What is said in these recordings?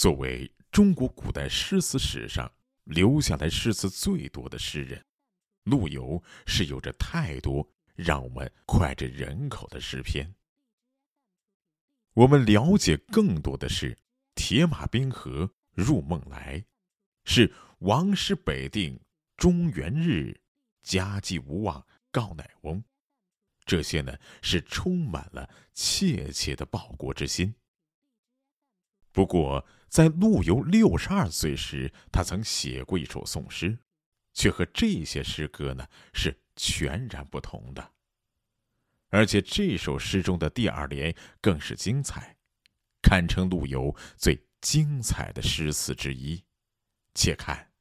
作为中国古代诗词史上留下来诗词最多的诗人，陆游是有着太多让我们脍炙人口的诗篇。我们了解更多的是铁马冰河入梦来，是王师北定中原日，家祭无忘告乃翁。这些呢，是充满了切切的报国之心。不过在陆游62岁时，他曾写过一首宋诗，却和这些诗歌呢是全然不同的。而且这首诗中的第二联更是精彩，堪称陆游最精彩的诗词之一。且看：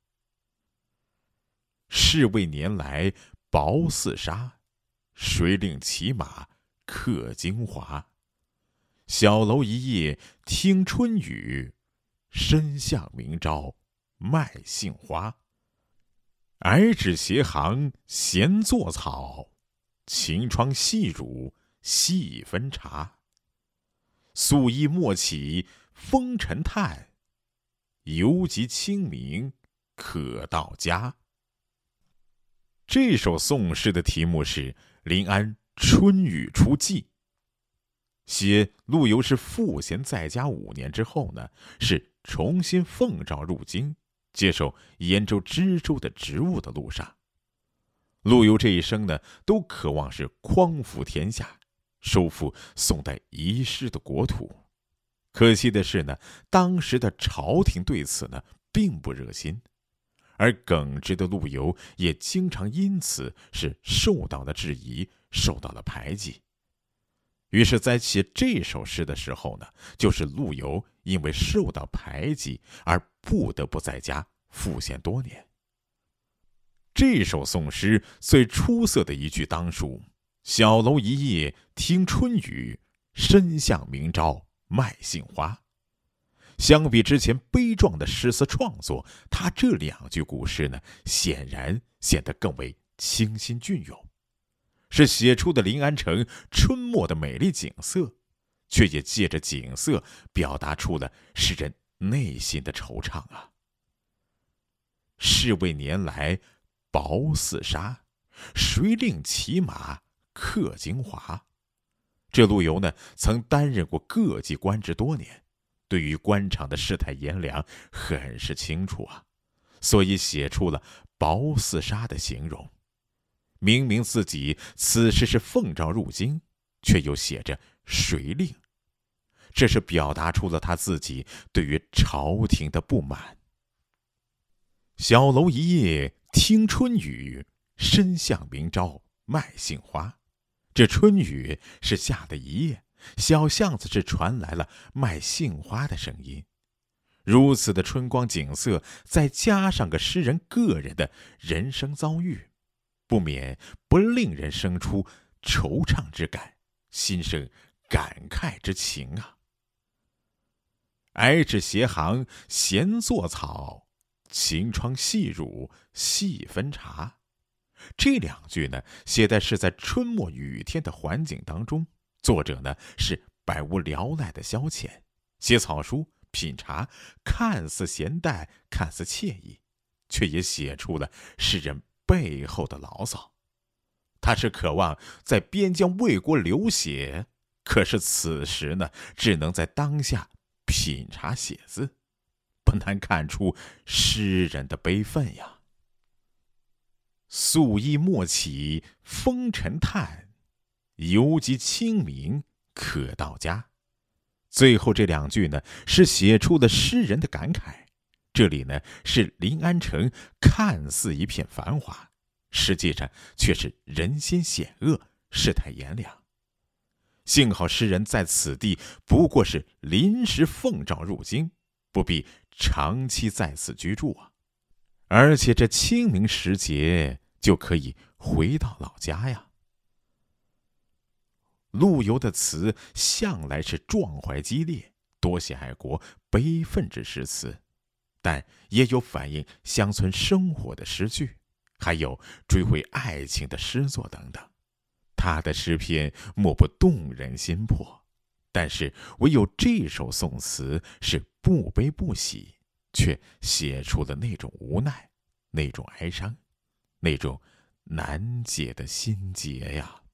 是为年来薄似纱，谁令骑马客京华？小楼一夜听春雨，深巷明朝卖杏花。矮纸斜行闲作草，晴窗细乳细分茶。素衣莫起风尘叹，犹及清明可到家。这首宋诗的题目是临安春雨初霁，写陆游是赋闲在家5年之后呢，是重新奉诏入京，接受兖州知州的职务的路上。陆游这一生呢，都渴望是匡扶天下，收复宋代遗失的国土。可惜的是呢，当时的朝廷对此呢并不热心，而耿直的陆游也经常因此是受到了质疑，受到了排挤。于是在写这首诗的时候呢，就是陆游因为受到排挤而不得不在家赋闲多年。这首宋诗最出色的一句当属小楼一夜听春雨，深巷明朝卖杏花。相比之前悲壮的诗词创作，他这2句古诗呢，显然显得更为清新隽永，是写出的临安城春末的美丽景色，却也借着景色表达出了诗人内心的惆怅啊。是为年来薄似纱，谁令骑马客京华？这陆游呢，曾担任过各级官职多年，对于官场的世态炎凉很是清楚啊，所以写出了薄似纱的形容。明明自己此时是奉诏入京，却又写着谁令，这是表达出了他自己对于朝廷的不满。小楼一夜听春雨，深巷明朝卖杏花。这春雨是下的一夜，小巷子是传来了卖杏花的声音。如此的春光景色，再加上个诗人个人的人生遭遇，不免不令人生出惆怅之感，心生感慨之情啊。矮纸斜行闲作草，晴窗细乳细分茶。这2句呢，写的是在春末雨天的环境当中，作者呢是百无聊赖的消遣，写草书品茶，看似闲淡，看似惬意，却也写出了诗人背后的牢骚。他是渴望在边疆为国流血，可是此时呢，只能在当下品茶写字，不难看出诗人的悲愤呀。素衣莫起风尘叹，犹及清明可到家。最后这2句呢，是写出了诗人的感慨。这里呢，是临安城看似一片繁华，实际上却是人心险恶，世态炎凉。幸好诗人在此地不过是临时奉诏入京，不必长期在此居住啊。而且这清明时节就可以回到老家呀。陆游的词向来是壮怀激烈，多写爱国悲愤之诗词，但也有反映乡村生活的诗句，还有追回爱情的诗作等等。他的诗篇莫不动人心魄， 但是唯有这首宋词是不悲不喜，却写出了那种无奈，那种哀伤，那种难解的心结呀。